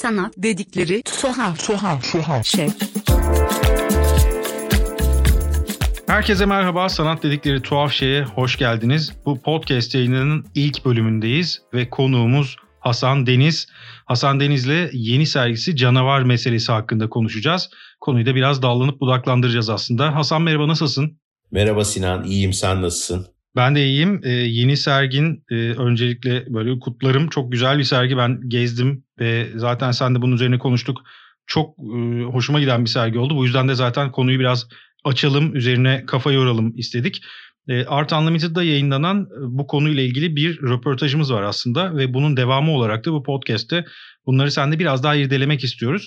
Sanat dedikleri tuhaf şey. Herkese merhaba, sanat dedikleri tuhaf şeye hoş geldiniz. Bu podcast yayınının ilk bölümündeyiz ve konuğumuz Hasan Deniz. Hasan Deniz'le yeni sergisi Canavar meselesi hakkında konuşacağız. Konuyu da biraz dallanıp budaklandıracağız aslında. Hasan merhaba, nasılsın? Merhaba Sinan, iyiyim, sen nasılsın? Ben de iyiyim. Yeni sergin öncelikle böyle kutlarım. Çok güzel bir sergi, ben gezdim ve zaten sen de bunun üzerine konuştuk. Çok hoşuma giden bir sergi oldu. Bu yüzden de zaten konuyu biraz açalım, üzerine kafa yoralım istedik. Art Unlimited'da yayınlanan bu konuyla ilgili bir röportajımız var aslında ve bunun devamı olarak da bu podcast'te bunları seninle biraz daha irdelemek istiyoruz.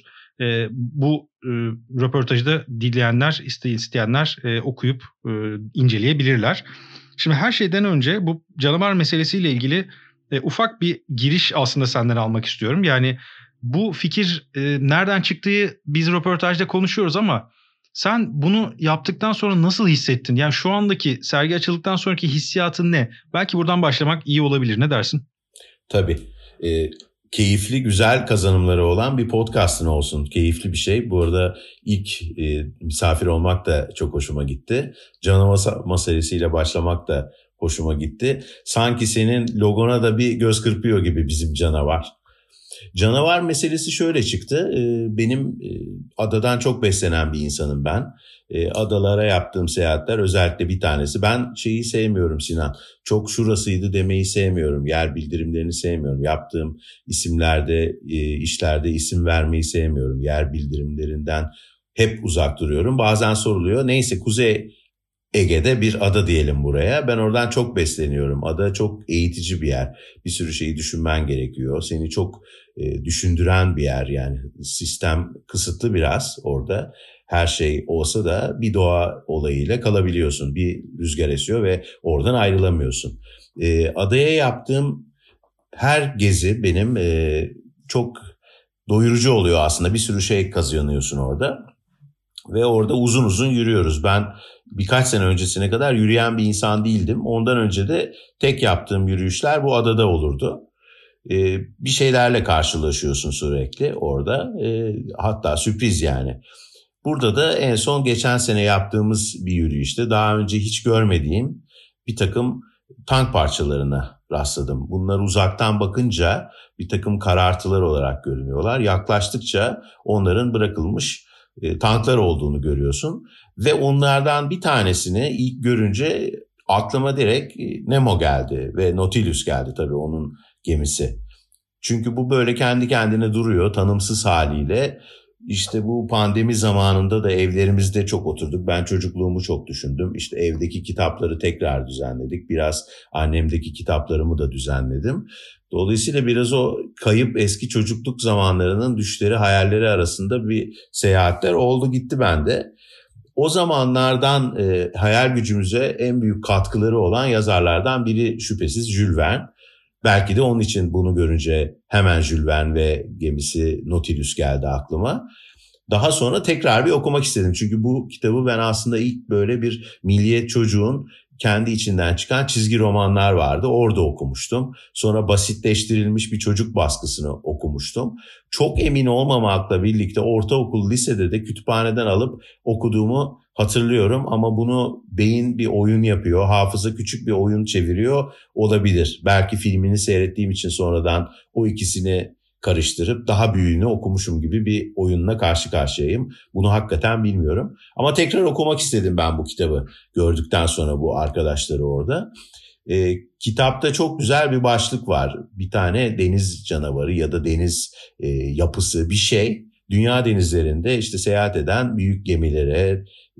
Bu röportajı da dinleyenler, isteyenler okuyup inceleyebilirler. Şimdi her şeyden önce bu canavar meselesiyle ilgili ufak bir giriş aslında senden almak istiyorum. Yani bu fikir nereden çıktığı biz röportajda konuşuyoruz ama sen bunu yaptıktan sonra nasıl hissettin? Yani şu andaki sergi açıldıktan sonraki hissiyatın ne? Belki buradan başlamak iyi olabilir. Ne dersin? Tabii. Keyifli, güzel kazanımları olan bir podcast'ın olsun. Keyifli bir şey. Bu arada ilk misafir olmak da çok hoşuma gitti. Canavar meselesiyle başlamak da hoşuma gitti. Sanki senin logona da bir göz kırpıyor gibi bizim canavar. Canavar meselesi şöyle çıktı. Benim adadan çok beslenen bir insanım ben. Adalara yaptığım seyahatler özellikle bir tanesi. Ben şeyi sevmiyorum Sinan. Çok şurasıydı demeyi sevmiyorum. Yer bildirimlerini sevmiyorum. Yaptığım isimlerde, işlerde isim vermeyi sevmiyorum. Yer bildirimlerinden hep uzak duruyorum. Bazen soruluyor. Neyse, Kuzey Ege'de bir ada diyelim buraya. Ben oradan çok besleniyorum. Ada çok eğitici bir yer. Bir sürü şeyi düşünmen gerekiyor. Seni çok düşündüren bir yer. Yani sistem kısıtlı biraz orada. Her şey olsa da bir doğa olayıyla kalabiliyorsun. Bir rüzgar esiyor ve oradan ayrılamıyorsun. Adaya yaptığım her gezi benim çok doyurucu oluyor aslında. Bir sürü şey kazanıyorsun orada. Ve orada uzun uzun yürüyoruz. Ben birkaç sene öncesine kadar yürüyen bir insan değildim. Ondan önce de tek yaptığım yürüyüşler bu adada olurdu. Bir şeylerle karşılaşıyorsun sürekli orada. Hatta sürpriz yani. Burada da en son geçen sene yaptığımız bir yürüyüşte daha önce hiç görmediğim bir takım tank parçalarına rastladım. Bunlar uzaktan bakınca bir takım karartılar olarak görünüyorlar. Yaklaştıkça onların bırakılmış tanklar olduğunu görüyorsun. Ve onlardan bir tanesini ilk görünce aklıma direkt Nemo geldi ve Nautilus geldi, tabii onun gemisi. Çünkü bu böyle kendi kendine duruyor tanımsız haliyle. İşte bu pandemi zamanında da evlerimizde çok oturduk. Ben çocukluğumu çok düşündüm. İşte evdeki kitapları tekrar düzenledik. Biraz annemdeki kitaplarımı da düzenledim. Dolayısıyla biraz o kayıp eski çocukluk zamanlarının düşleri, hayalleri arasında bir seyahatler oldu gitti bende. O zamanlardan hayal gücümüze en büyük katkıları olan yazarlardan biri şüphesiz Jules Verne. Belki de onun için bunu görünce hemen Jules Verne ve gemisi Nautilus geldi aklıma. Daha sonra tekrar bir okumak istedim. Çünkü bu kitabı ben aslında ilk böyle bir milliyet çocuğun kendi içinden çıkan çizgi romanlar vardı. Orada okumuştum. Sonra basitleştirilmiş bir çocuk baskısını okumuştum. Çok emin olmamakla birlikte ortaokul, lisede de kütüphaneden alıp okuduğumu hatırlıyorum. Ama bunu beyin bir oyun yapıyor. Hafıza küçük bir oyun çeviriyor olabilir. Belki filmini seyrettiğim için sonradan o ikisini karıştırıp daha büyüğünü okumuşum gibi bir oyunla karşı karşıyayım. Bunu hakikaten bilmiyorum. Ama tekrar okumak istedim ben bu kitabı gördükten sonra, bu arkadaşları orada. Kitapta çok güzel bir başlık var. Bir tane deniz canavarı ya da deniz yapısı bir şey. Dünya denizlerinde işte seyahat eden büyük gemilere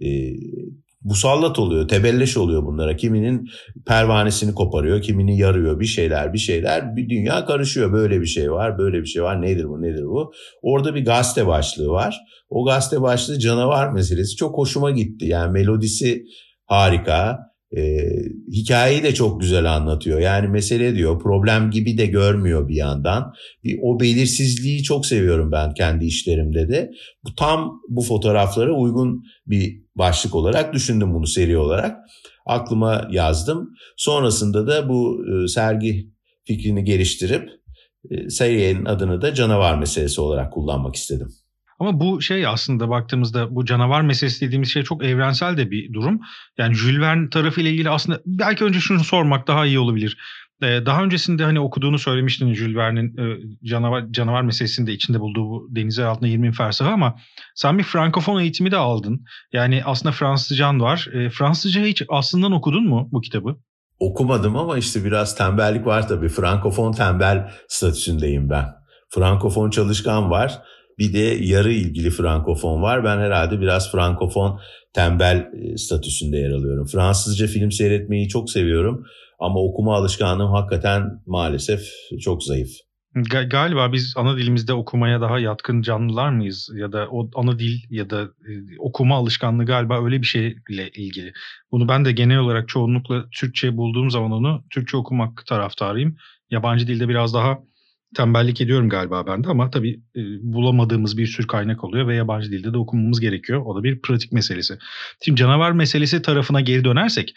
musallat oluyor, tebelleş oluyor bunlara. Kiminin pervanesini koparıyor, kimini yarıyor, bir şeyler. Bir dünya karışıyor. Böyle bir şey var, böyle bir şey var. Nedir bu? Orada bir gazete başlığı var. O gazete başlığı canavar meselesi çok hoşuma gitti. Yani melodisi harika. Hikayeyi de çok güzel anlatıyor. Yani mesele diyor, problem gibi de görmüyor bir yandan. O belirsizliği çok seviyorum ben kendi işlerimde de. Tam bu fotoğraflara uygun bir başlık olarak düşündüm bunu, seri olarak. Aklıma yazdım. Sonrasında da bu sergi fikrini geliştirip serinin adını da Canavar Meselesi olarak kullanmak istedim. Ama bu aslında baktığımızda bu canavar meselesi dediğimiz şey çok evrensel de bir durum. Yani Jules Verne tarafıyla ilgili aslında belki önce şunu sormak daha iyi olabilir. Daha öncesinde hani okuduğunu söylemiştin Jules Verne'in canavar meselesinde içinde bulduğu bu denizler altında 20 fersahı, ama sen bir Frankofon eğitimi de aldın. Yani aslında Fransızcan var. Fransızca hiç aslından okudun mu bu kitabı? Okumadım ama işte biraz tembellik var tabii. Frankofon tembel statüsündeyim ben. Frankofon çalışkan var. Bir de yarı ilgili Frankofon var. Ben herhalde biraz Frankofon tembel statüsünde yer alıyorum. Fransızca film seyretmeyi çok seviyorum. Ama okuma alışkanlığım hakikaten maalesef çok zayıf. Galiba biz ana dilimizde okumaya daha yatkın canlılar mıyız? Ya da o ana dil ya da okuma alışkanlığı galiba öyle bir şeyle ilgili. Bunu ben de genel olarak çoğunlukla Türkçe bulduğum zaman onu Türkçe okumak taraftarıyım. Yabancı dilde biraz daha tembellik ediyorum galiba ben de, ama tabii bulamadığımız bir sürü kaynak oluyor ve yabancı dilde de okumamız gerekiyor. O da bir pratik meselesi. Şimdi canavar meselesi tarafına geri dönersek,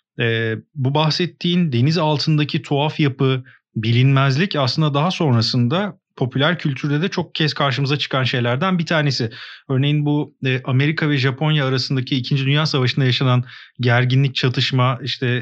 bu bahsettiğin deniz altındaki tuhaf yapı, bilinmezlik aslında daha sonrasında popüler kültürde de çok kez karşımıza çıkan şeylerden bir tanesi. Örneğin bu Amerika ve Japonya arasındaki 2. Dünya Savaşı'nda yaşanan gerginlik, çatışma,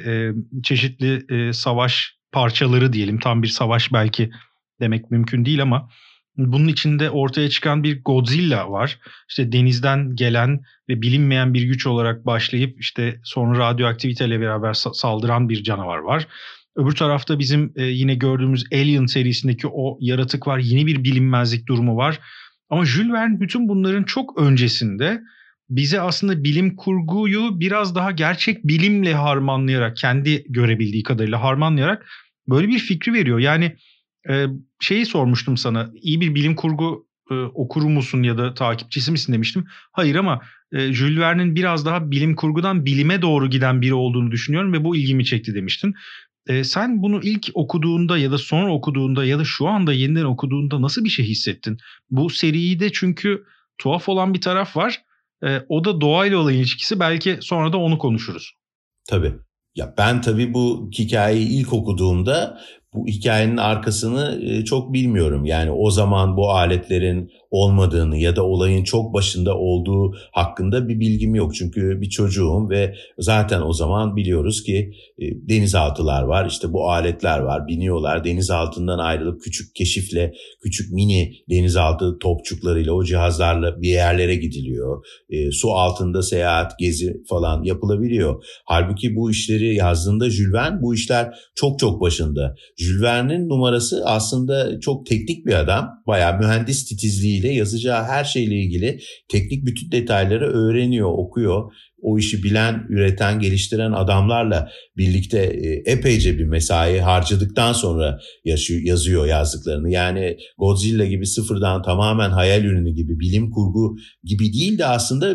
çeşitli savaş parçaları diyelim. Tam bir savaş belki demek mümkün değil ama bunun içinde ortaya çıkan bir Godzilla var. İşte denizden gelen ve bilinmeyen bir güç olarak başlayıp sonra radyoaktiviteyle beraber saldıran bir canavar var. Öbür tarafta bizim yine gördüğümüz Alien serisindeki o yaratık var. Yeni bir bilinmezlik durumu var. Ama Jules Verne bütün bunların çok öncesinde bize aslında bilim kurguyu biraz daha gerçek bilimle harmanlayarak, kendi görebildiği kadarıyla harmanlayarak böyle bir fikri veriyor. Yani şeyi sormuştum sana, iyi bir bilim kurgu okuru musun ya da takipçisi misin demiştim. Hayır, ama Jules Verne'in biraz daha bilim kurgudan bilime doğru giden biri olduğunu düşünüyorum ve bu ilgimi çekti demiştin. Sen bunu ilk okuduğunda ya da sonra okuduğunda ya da şu anda yeniden okuduğunda nasıl bir şey hissettin? Bu seriyi de çünkü tuhaf olan bir taraf var. O da doğayla olan ilişkisi. Belki sonra da onu konuşuruz. Tabii. Ya ben tabii bu hikayeyi ilk okuduğumda bu hikayenin arkasını çok bilmiyorum. Yani o zaman bu aletlerin olmadığını ya da olayın çok başında olduğu hakkında bir bilgim yok. Çünkü bir çocuğum ve zaten o zaman biliyoruz ki denizaltılar var. İşte bu aletler var. Biniyorlar. Denizaltından ayrılıp küçük keşifle, küçük mini denizaltı topçuklarıyla, o cihazlarla bir yerlere gidiliyor. Su altında seyahat, gezi falan yapılabiliyor. Halbuki bu işleri yazdığında Jules Verne bu işler çok çok başında. Jules Verne'in numarası aslında çok teknik bir adam. Bayağı mühendis titizliğiyle yazacağı her şeyle ilgili teknik bütün detayları öğreniyor, okuyor. O işi bilen, üreten, geliştiren adamlarla birlikte epeyce bir mesai harcadıktan sonra yazıyor yazdıklarını. Yani Godzilla gibi sıfırdan tamamen hayal ürünü gibi, bilim kurgu gibi değil de aslında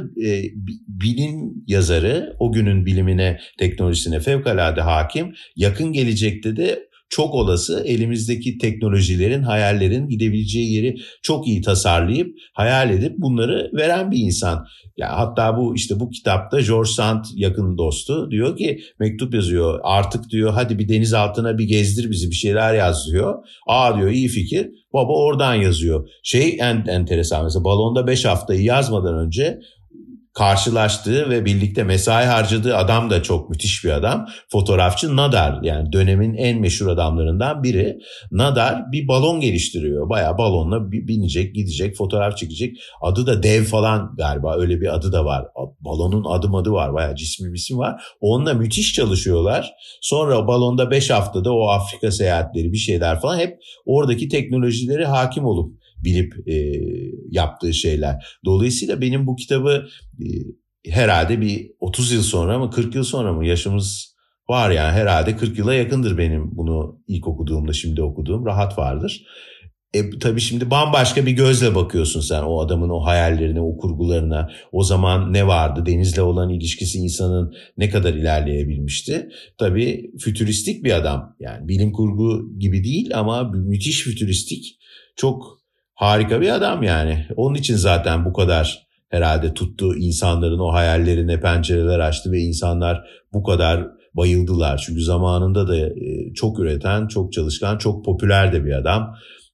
bilim yazarı, o günün bilimine, teknolojisine fevkalade hakim. Yakın gelecekte de çok olası elimizdeki teknolojilerin, hayallerin gidebileceği yeri çok iyi tasarlayıp, hayal edip bunları veren bir insan. Ya hatta bu kitapta George Sand, yakın dostu, diyor ki, mektup yazıyor. Artık diyor hadi bir deniz altına bir gezdir bizi, bir şeyler yaz diyor. Aa diyor, iyi fikir. Baba oradan yazıyor. Enteresan, mesela balonda 5 haftayı yazmadan önce karşılaştığı ve birlikte mesai harcadığı adam da çok müthiş bir adam. Fotoğrafçı Nadar, yani dönemin en meşhur adamlarından biri. Nadar bir balon geliştiriyor. Bayağı balonla binecek, gidecek, fotoğraf çekecek. Adı da Dev falan galiba, öyle bir adı da var. Balonun adı var, bayağı cismi bir isim var. Onunla müthiş çalışıyorlar. Sonra balonda 5 haftada o Afrika seyahatleri, bir şeyler falan, hep oradaki teknolojileri hakim olup bilip yaptığı şeyler. Dolayısıyla benim bu kitabı herhalde bir 30 yıl sonra mı, 40 yıl sonra mı, yaşımız var yani, herhalde 40 yıla yakındır benim bunu ilk okuduğumda şimdi okuduğum, rahat vardır. Tabii şimdi bambaşka bir gözle bakıyorsun sen o adamın o hayallerine, o kurgularına. O zaman ne vardı? Denizle olan ilişkisi insanın ne kadar ilerleyebilmişti? Tabii fütüristik bir adam. Yani bilim kurgu gibi değil ama müthiş fütüristik, çok harika bir adam yani. Onun için zaten bu kadar herhalde tuttu, insanların o hayallerine pencereler açtı ve insanlar bu kadar bayıldılar. Çünkü zamanında da çok üreten, çok çalışkan, çok popüler de bir adam.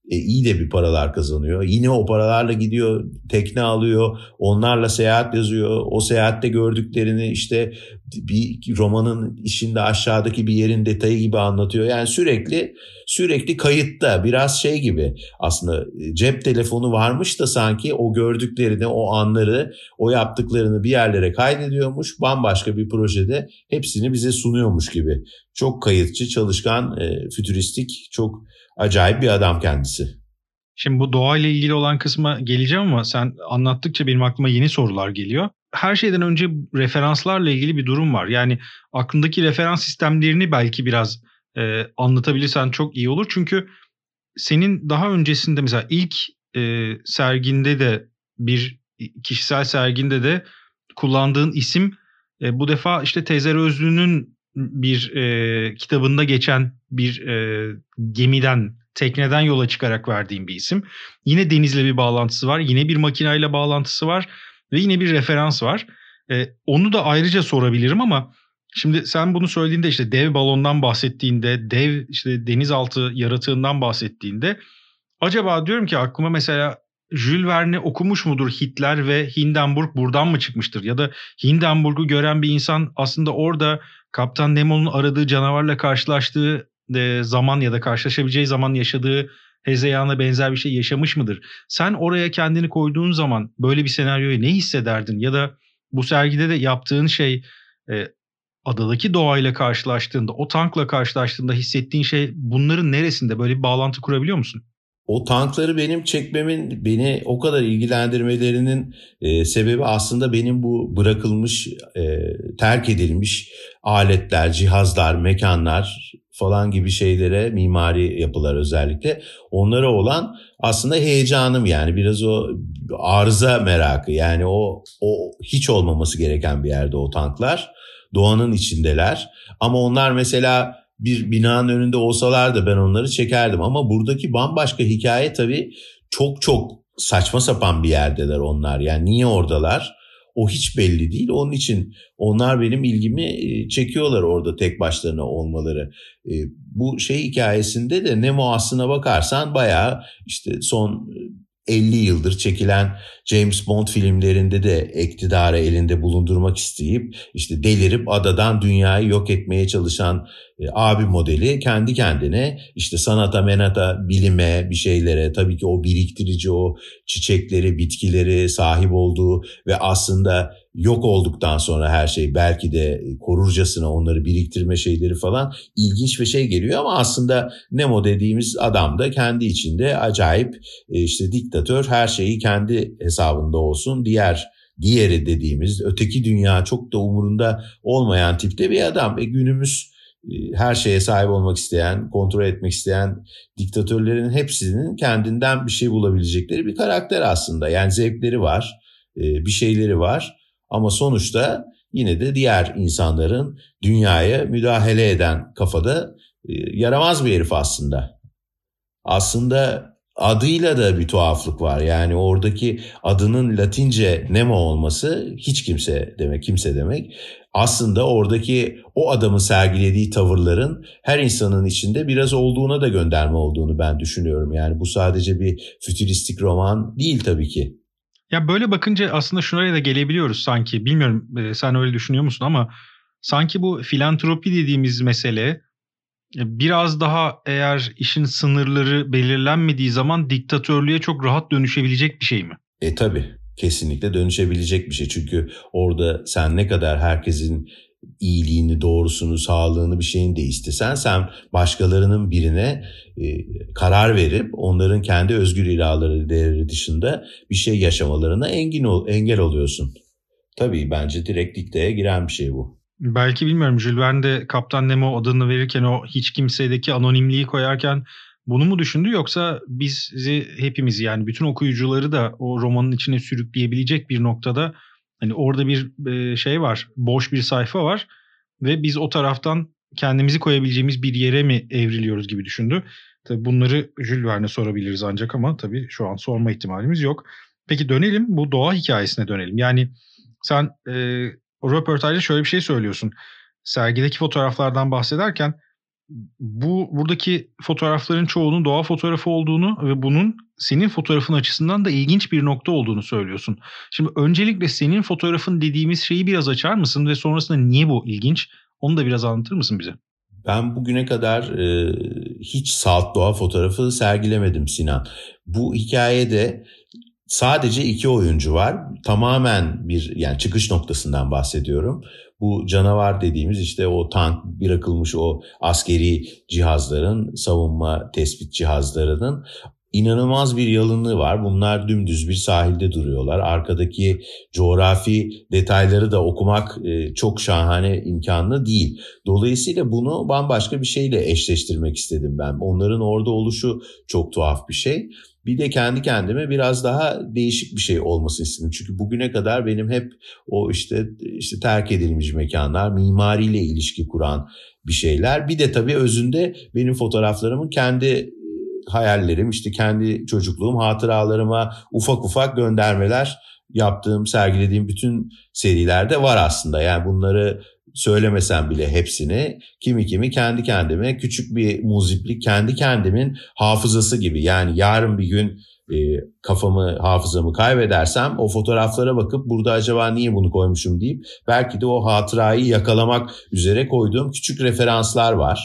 iyi de bir paralar kazanıyor. Yine o paralarla gidiyor, tekne alıyor, onlarla seyahat yazıyor. O seyahatte gördüklerini işte bir romanın içinde aşağıdaki bir yerin detayı gibi anlatıyor. Yani sürekli kayıtta, biraz şey gibi aslında, cep telefonu varmış da sanki o gördüklerini, o anları, o yaptıklarını bir yerlere kaydediyormuş. Bambaşka bir projede hepsini bize sunuyormuş gibi. Çok kayıtçı, çalışkan, fütüristik, çok acayip bir adam kendisi. Şimdi bu doğayla ilgili olan kısma geleceğim ama sen anlattıkça benim aklıma yeni sorular geliyor. Her şeyden önce referanslarla ilgili bir durum var. Yani aklındaki referans sistemlerini belki biraz anlatabilirsen çok iyi olur. Çünkü senin daha öncesinde mesela ilk serginde de bir kişisel serginde de kullandığın isim bu defa işte Tezer Özlü'nün bir kitabında geçen bir tekneden yola çıkarak verdiğim bir isim. Yine denizle bir bağlantısı var. Yine bir makinayla bağlantısı var. Ve yine bir referans var. Onu da ayrıca sorabilirim ama şimdi sen bunu söylediğinde işte dev balondan bahsettiğinde, dev işte denizaltı yaratığından bahsettiğinde acaba diyorum ki aklıma mesela Jules Verne okumuş mudur Hitler ve Hindenburg buradan mı çıkmıştır? Ya da Hindenburg'u gören bir insan aslında orada Kaptan Nemo'nun aradığı canavarla karşılaştığı zaman ya da karşılaşabileceği zaman yaşadığı hezeyana benzer bir şey yaşamış mıdır? Sen oraya kendini koyduğun zaman böyle bir senaryoyu ne hissederdin? Ya da bu sergide de yaptığın şey adadaki doğayla karşılaştığında, o tankla karşılaştığında hissettiğin şey bunların neresinde? Böyle bir bağlantı kurabiliyor musun? O tankları benim çekmemin, beni o kadar ilgilendirmelerinin sebebi aslında benim bu bırakılmış, terk edilmiş aletler, cihazlar, mekanlar falan gibi şeylere, mimari yapılar özellikle, onlara olan aslında heyecanım, yani biraz o arıza merakı, yani o hiç olmaması gereken bir yerde o tanklar, doğanın içindeler ama onlar mesela bir binanın önünde olsalar da ben onları çekerdim. Ama buradaki bambaşka hikaye tabii, çok çok saçma sapan bir yerdeler onlar. Yani niye oradalar? O hiç belli değil. Onun için onlar benim ilgimi çekiyorlar, orada tek başlarına olmaları. Bu şey hikayesinde de Nemo aslına bakarsan bayağı işte son 50 yıldır çekilen James Bond filmlerinde de iktidarı elinde bulundurmak isteyip işte delirip adadan dünyayı yok etmeye çalışan abi modeli, kendi kendine işte sanata, menata, bilime, bir şeylere, tabii ki o biriktirici, o çiçekleri, bitkileri sahip olduğu ve aslında yok olduktan sonra her şey belki de korurcasına onları biriktirme şeyleri falan ilginç bir şey geliyor ama aslında Nemo dediğimiz adam da kendi içinde acayip işte diktatör, her şeyi kendi hesabında olsun, diğeri dediğimiz öteki dünya çok da umurunda olmayan tipte bir adam. Günümüz her şeye sahip olmak isteyen, kontrol etmek isteyen diktatörlerin hepsinin kendinden bir şey bulabilecekleri bir karakter aslında. Yani zevkleri var, bir şeyleri var ama sonuçta yine de diğer insanların dünyaya müdahale eden kafada yaramaz bir herif aslında. Aslında adıyla da bir tuhaflık var. Yani oradaki adının Latince Nemo olması, hiç kimse demek. Aslında oradaki o adamın sergilediği tavırların her insanın içinde biraz olduğuna da gönderme olduğunu ben düşünüyorum. Yani bu sadece bir fütüristik roman değil tabii ki. Ya böyle bakınca aslında şuraya da gelebiliyoruz sanki. Bilmiyorum sen öyle düşünüyor musun ama sanki bu filantropi dediğimiz mesele biraz daha eğer işin sınırları belirlenmediği zaman diktatörlüğe çok rahat dönüşebilecek bir şey mi? Tabii kesinlikle dönüşebilecek bir şey. Çünkü orada sen ne kadar herkesin iyiliğini, doğrusunu, sağlığını, bir şeyini de istesen, sen başkalarının birine karar verip onların kendi özgür iradeleri dışında bir şey yaşamalarına engel oluyorsun. Tabii bence direkt dikteye giren bir şey bu. Belki bilmiyorum, Jules Verne de Kaptan Nemo adını verirken o hiç kimsedeki anonimliği koyarken bunu mu düşündü, yoksa bizi hepimiz, yani bütün okuyucuları da o romanın içine sürükleyebilecek bir noktada hani orada bir şey var, boş bir sayfa var ve biz o taraftan kendimizi koyabileceğimiz bir yere mi evriliyoruz gibi düşündü. Tabii bunları Jules Verne'e sorabiliriz ancak ama tabii şu an sorma ihtimalimiz yok. Peki dönelim, bu doğa hikayesine dönelim. Yani sen o röportajda şöyle bir şey söylüyorsun. Sergideki fotoğraflardan bahsederken buradaki fotoğrafların çoğunun doğa fotoğrafı olduğunu ve bunun senin fotoğrafın açısından da ilginç bir nokta olduğunu söylüyorsun. Şimdi öncelikle senin fotoğrafın dediğimiz şeyi biraz açar mısın ve sonrasında niye bu ilginç? Onu da biraz anlatır mısın bize? Ben bugüne kadar hiç salt doğa fotoğrafı sergilemedim Sinan. Bu hikayede sadece 2 oyuncu var. Tamamen yani çıkış noktasından bahsediyorum. Bu canavar dediğimiz işte o tank bırakılmış o askeri cihazların, savunma tespit cihazlarının inanılmaz bir yalınlığı var. Bunlar dümdüz bir sahilde duruyorlar. Arkadaki coğrafi detayları da okumak çok şahane imkanlı değil. Dolayısıyla bunu bambaşka bir şeyle eşleştirmek istedim ben. Onların orada oluşu çok tuhaf bir şey. Bir de kendi kendime biraz daha değişik bir şey olmasını istedim. Çünkü bugüne kadar benim hep o işte terk edilmiş mekanlar, mimariyle ilişki kuran bir şeyler. Bir de tabii özünde benim fotoğraflarımın kendi hayallerim, işte kendi çocukluğum, hatıralarıma ufak ufak göndermeler yaptığım, sergilediğim bütün serilerde var aslında. Yani bunları söylemesem bile hepsini, kimi kendi kendime küçük bir muziplik, kendi kendimin hafızası gibi. Yani yarın bir gün hafızamı kaybedersem o fotoğraflara bakıp burada acaba niye bunu koymuşum deyip belki de o hatırayı yakalamak üzere koyduğum küçük referanslar var.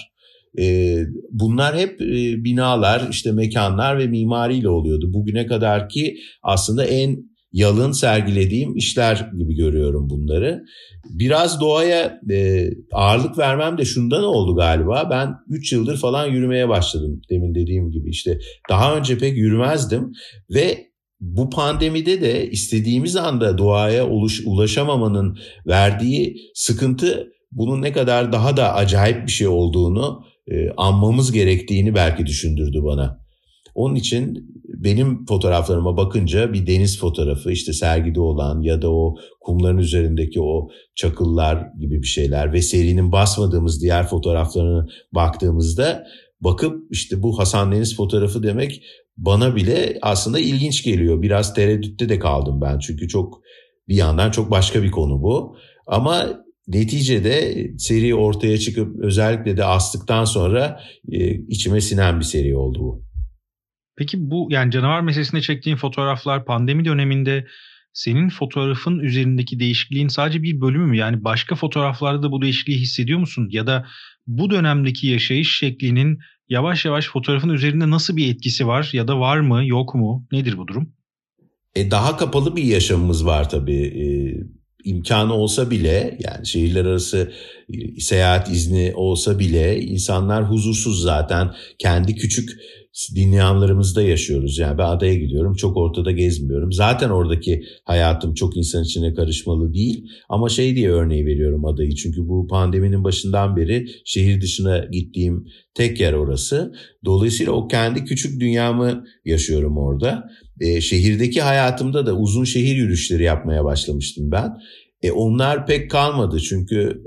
Bunlar hep binalar, işte mekanlar ve mimariyle oluyordu. Bugüne kadarki aslında en yalın sergilediğim işler gibi görüyorum bunları. Biraz doğaya ağırlık vermem de şundan oldu galiba. Ben 3 yıldır falan yürümeye başladım. Demin dediğim gibi işte daha önce pek yürümezdim ve bu pandemide de istediğimiz anda doğaya ulaşamamanın verdiği sıkıntı bunun ne kadar daha da acayip bir şey olduğunu anmamız gerektiğini belki düşündürdü bana. Onun için benim fotoğraflarıma bakınca bir deniz fotoğrafı, işte sergide olan ya da o kumların üzerindeki o çakıllar gibi bir şeyler ve serinin basmadığımız diğer fotoğraflarına baktığımızda bakıp işte bu Hasan Deniz fotoğrafı demek bana bile aslında ilginç geliyor. Biraz tereddütte de kaldım ben çünkü bir yandan çok başka bir konu bu. Ama neticede seri ortaya çıkıp özellikle de astıktan sonra içime sinen bir seri oldu bu. Peki bu yani canavar meselesinde çektiğin fotoğraflar pandemi döneminde senin fotoğrafın üzerindeki değişikliğin sadece bir bölümü mü? Yani başka fotoğraflarda da bu değişikliği hissediyor musun? Ya da bu dönemdeki yaşayış şeklinin yavaş yavaş fotoğrafın üzerinde nasıl bir etkisi var? Ya da var mı, yok mu? Nedir bu durum? Daha kapalı bir yaşamımız var tabii. İmkanı olsa bile, yani şehirler arası seyahat izni olsa bile insanlar huzursuz zaten. Kendi küçük dünyalarımızda yaşıyoruz. Yani ben adaya gidiyorum, çok ortada gezmiyorum. Zaten oradaki hayatım çok insan içine karışmalı değil. Ama diye örneği veriyorum adayı. Çünkü bu pandeminin başından beri şehir dışına gittiğim tek yer orası. Dolayısıyla o kendi küçük dünyamı yaşıyorum orada. Şehirdeki hayatımda da uzun şehir yürüyüşleri yapmaya başlamıştım ben. Onlar pek kalmadı çünkü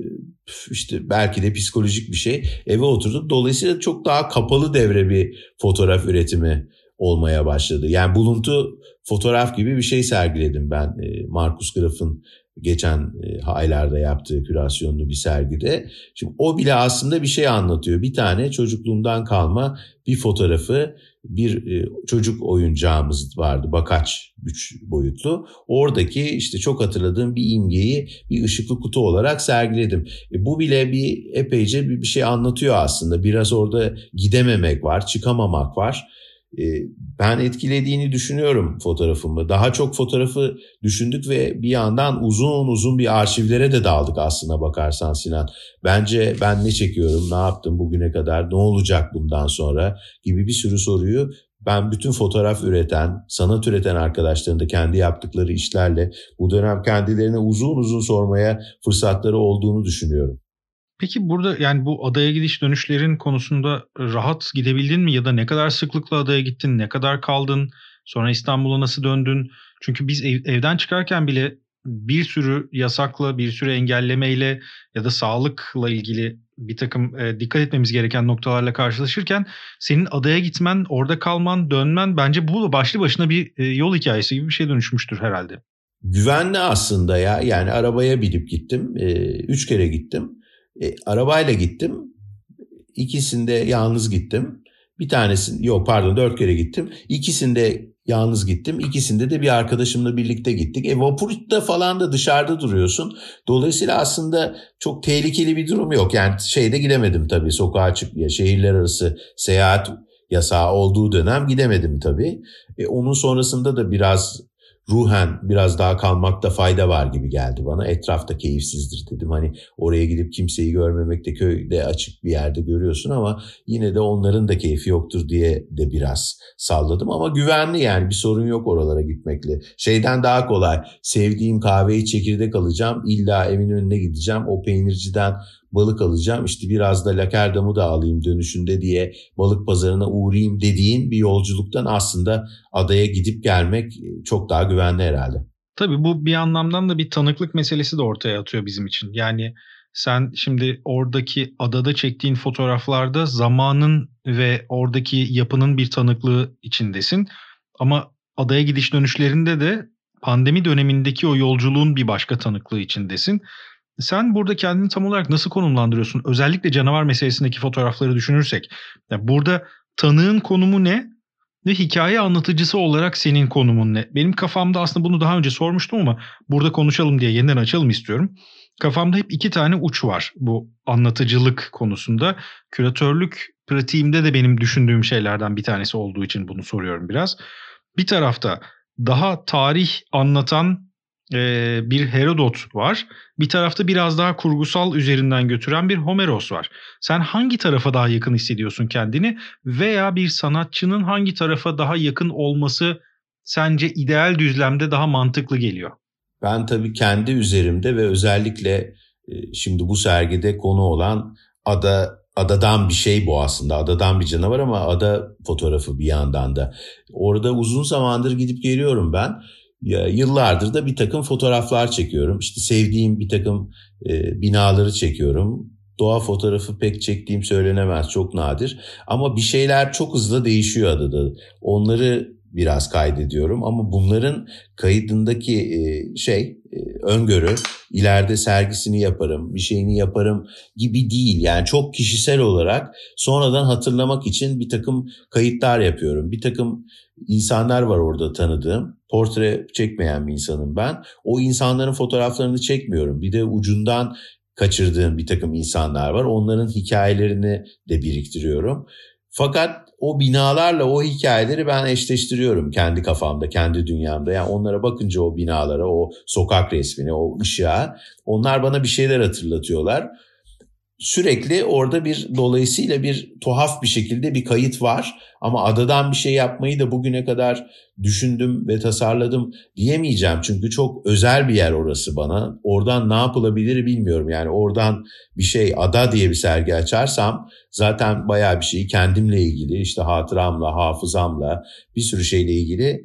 işte belki de psikolojik bir şey. Eve oturduk. Dolayısıyla çok daha kapalı devre bir fotoğraf üretimi olmaya başladı. Yani buluntu fotoğraf gibi bir şey sergiledim ben. Markus Graf'ın geçen aylarda yaptığı kürasyonlu bir sergide. Şimdi o bile aslında bir şey anlatıyor. Bir tane çocukluğumdan kalma bir fotoğrafı, bir çocuk oyuncağımız vardı, Bakaç, 3 boyutlu. Oradaki işte çok hatırladığım bir imgeyi bir ışıklı kutu olarak sergiledim. Bu bile epeyce bir şey anlatıyor aslında. Biraz orada gidememek var, çıkamamak var. Ben etkilediğini düşünüyorum fotoğrafımı. Daha çok fotoğrafı düşündük ve bir yandan uzun uzun bir arşivlere de daldık aslına bakarsan Sinan. Bence ben ne çekiyorum, ne yaptım bugüne kadar, ne olacak bundan sonra gibi bir sürü soruyu ben bütün fotoğraf üreten, sanat üreten arkadaşların da kendi yaptıkları işlerle bu dönem kendilerine uzun uzun sormaya fırsatları olduğunu düşünüyorum. Peki burada yani bu adaya gidiş dönüşlerin konusunda rahat gidebildin mi? Ya da ne kadar sıklıkla adaya gittin? Ne kadar kaldın? Sonra İstanbul'a nasıl döndün? Çünkü biz evden çıkarken bile bir sürü yasakla, bir sürü engellemeyle ya da sağlıkla ilgili bir takım dikkat etmemiz gereken noktalarla karşılaşırken senin adaya gitmen, orada kalman, dönmen bence bu başlı başına bir yol hikayesi gibi bir şey dönüşmüştür herhalde. Güvenli aslında ya. Yani arabaya binip gittim. 3 kere gittim. Arabayla gittim. ikisinde yalnız gittim. Bir tanesini, 4 kere gittim. İkisinde yalnız gittim. İkisinde de bir arkadaşımla birlikte gittik. Vapurda falan da dışarıda duruyorsun. Dolayısıyla aslında çok tehlikeli bir durum yok. Yani şeyde gidemedim tabii, sokağa çıkmaya. Şehirler arası seyahat yasağı olduğu dönem gidemedim tabii. Onun sonrasında da ruhen biraz daha kalmakta fayda var gibi geldi bana. Etrafta keyifsizdir dedim. Hani oraya gidip kimseyi görmemek de, köyde açık bir yerde görüyorsun ama yine de onların da keyfi yoktur diye de biraz salladım. Ama güvenli, yani bir sorun yok oralara gitmekle. Şeyden daha kolay. Sevdiğim kahveyi çekirdek alacağım. İlla evin önüne gideceğim. O peynirciden balık alacağım. İşte biraz da lakerdamı da alayım dönüşünde diye balık pazarına uğrayayım dediğin bir yolculuktan aslında adaya gidip gelmek çok daha güvenli herhalde. Tabii bu bir anlamdan da bir tanıklık meselesi de ortaya atıyor bizim için. Yani sen şimdi oradaki adada çektiğin fotoğraflarda zamanın ve oradaki yapının bir tanıklığı içindesin. Ama adaya gidiş dönüşlerinde de pandemi dönemindeki o yolculuğun bir başka tanıklığı içindesin. Sen burada kendini tam olarak nasıl konumlandırıyorsun? Özellikle canavar meselesindeki fotoğrafları düşünürsek. Yani burada tanığın konumu ne? Ve hikaye anlatıcısı olarak senin konumun ne? Benim kafamda aslında bunu daha önce sormuştum ama burada konuşalım diye yeniden açalım istiyorum. Kafamda hep 2 tane uç var bu anlatıcılık konusunda. Küratörlük pratiğimde de benim düşündüğüm şeylerden bir tanesi olduğu için bunu soruyorum biraz. Bir tarafta daha tarih anlatan bir Herodot var. Bir tarafta biraz daha kurgusal üzerinden götüren bir Homeros var. Sen hangi tarafa daha yakın hissediyorsun kendini veya bir sanatçının hangi tarafa daha yakın olması sence ideal düzlemde daha mantıklı geliyor? Ben tabii kendi üzerimde ve özellikle şimdi bu sergide konu olan adadan bir şey bu aslında. Adadan bir canavar ama ada fotoğrafı bir yandan da. Orada uzun zamandır gidip geliyorum ben. Yıllardır da bir takım fotoğraflar çekiyorum. İşte sevdiğim bir takım binaları çekiyorum. Doğa fotoğrafı pek çektiğim söylenemez, çok nadir. Ama bir şeyler çok hızlı değişiyor adada. Onları biraz kaydediyorum ama bunların kaydındaki öngörü, ileride sergisini yaparım, bir şeyini yaparım gibi değil. Yani çok kişisel olarak sonradan hatırlamak için bir takım kayıtlar yapıyorum. Bir takım insanlar var orada tanıdığım. Portre çekmeyen bir insanım ben. O insanların fotoğraflarını çekmiyorum. Bir de ucundan kaçırdığım bir takım insanlar var. Onların hikayelerini de biriktiriyorum. Fakat o binalarla o hikayeleri ben eşleştiriyorum kendi kafamda, kendi dünyamda. Yani onlara bakınca o binalara, o sokak resmine, o ışığa, onlar bana bir şeyler hatırlatıyorlar. Sürekli orada dolayısıyla bir tuhaf bir şekilde bir kayıt var. Ama adadan bir şey yapmayı da bugüne kadar düşündüm ve tasarladım diyemeyeceğim. Çünkü çok özel bir yer orası bana. Oradan ne yapılabilir bilmiyorum. Yani oradan bir şey, ada diye bir sergi açarsam zaten bayağı bir şeyi kendimle ilgili, işte hatıramla, hafızamla, bir sürü şeyle ilgili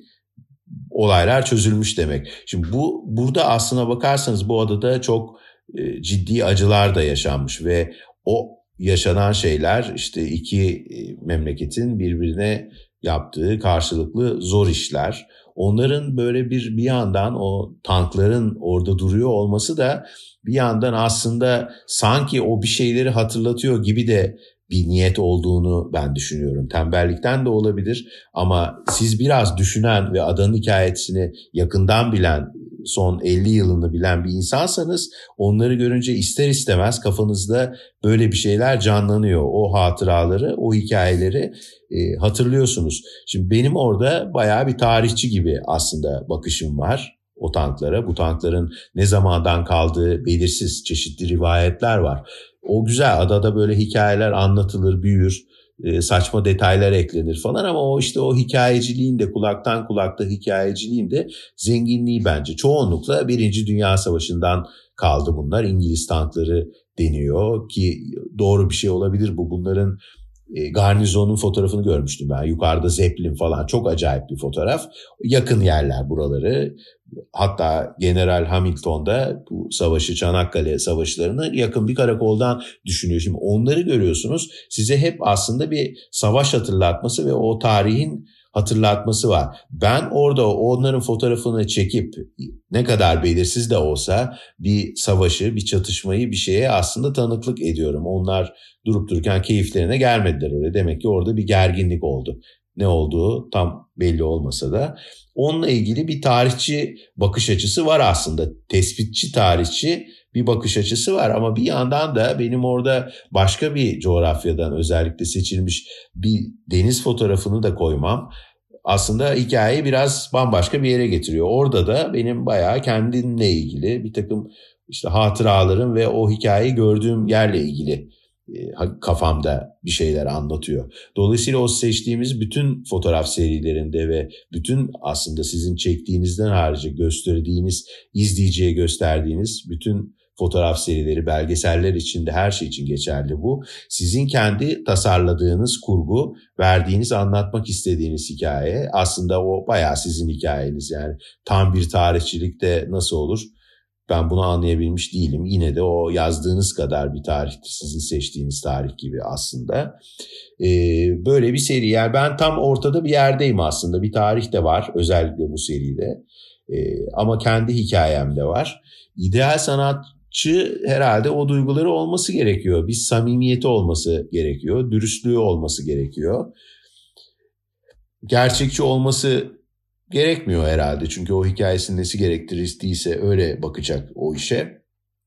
olaylar çözülmüş demek. Şimdi burada aslına bakarsanız bu adada çok ciddi acılar da yaşanmış ve o yaşanan şeyler işte iki memleketin birbirine yaptığı karşılıklı zor işler. Onların böyle bir yandan o tankların orada duruyor olması da bir yandan aslında sanki o bir şeyleri hatırlatıyor gibi de bir niyet olduğunu ben düşünüyorum. Tembellikten de olabilir ama siz biraz düşünen ve adanın hikayesini yakından bilen, son 50 yılını bilen bir insansanız onları görünce ister istemez kafanızda böyle bir şeyler canlanıyor. O hatıraları, o hikayeleri hatırlıyorsunuz. Şimdi benim orada bayağı bir tarihçi gibi aslında bakışım var o tanklara. Bu tankların ne zamandan kaldığı belirsiz, çeşitli rivayetler var. O güzel, adada böyle hikayeler anlatılır, büyür, saçma detaylar eklenir falan ama o işte o hikayeciliğin de kulaktan kulakta hikayeciliğin de zenginliği bence. Çoğunlukla 1. Dünya Savaşı'ndan kaldı bunlar. İngiliz tankları deniyor ki doğru bir şey olabilir bu. Bunların garnizonun fotoğrafını görmüştüm ben. Yukarıda Zeppelin falan, çok acayip bir fotoğraf. Yakın yerler buraları. Hatta General Hamilton da bu savaşı, Çanakkale savaşlarını yakın bir karakoldan düşünüyor. Şimdi onları görüyorsunuz. Size hep aslında bir savaş hatırlatması ve o tarihin hatırlatması var. Ben orada onların fotoğrafını çekip ne kadar belirsiz de olsa bir savaşı, bir çatışmayı, bir şeye aslında tanıklık ediyorum. Onlar durup dururken keyiflerine gelmediler oraya. Demek ki orada bir gerginlik oldu. Ne olduğu tam belli olmasa da. Onunla ilgili bir tarihçi bakış açısı var aslında. Tespitçi tarihçi bir bakış açısı var ama bir yandan da benim orada başka bir coğrafyadan özellikle seçilmiş bir deniz fotoğrafını da koymam aslında hikayeyi biraz bambaşka bir yere getiriyor. Orada da benim bayağı kendimle ilgili bir takım işte hatıralarım ve o hikayeyi gördüğüm yerle ilgili kafamda bir şeyler anlatıyor. Dolayısıyla o seçtiğimiz bütün fotoğraf serilerinde ve bütün aslında sizin çektiğinizden harici gösterdiğiniz, izleyiciye gösterdiğiniz bütün fotoğraf serileri, belgeseller içinde her şey için geçerli bu. Sizin kendi tasarladığınız kurgu, verdiğiniz, anlatmak istediğiniz hikaye aslında o bayağı sizin hikayeniz. Yani tam bir tarihçilikte nasıl olur? Ben bunu anlayabilmiş değilim. Yine de o yazdığınız kadar bir tarihtir. Sizin seçtiğiniz tarih gibi aslında. Böyle bir seri. Yani ben tam ortada bir yerdeyim aslında. Bir tarih de var özellikle bu seride. Ama kendi hikayem de var. İdeal sanatçı herhalde o duyguları olması gerekiyor. Bir samimiyeti olması gerekiyor. Dürüstlüğü olması gerekiyor. Gerçekçi olması gerekmiyor herhalde. Çünkü o hikayesinin nesi gerektirdiyse öyle bakacak o işe.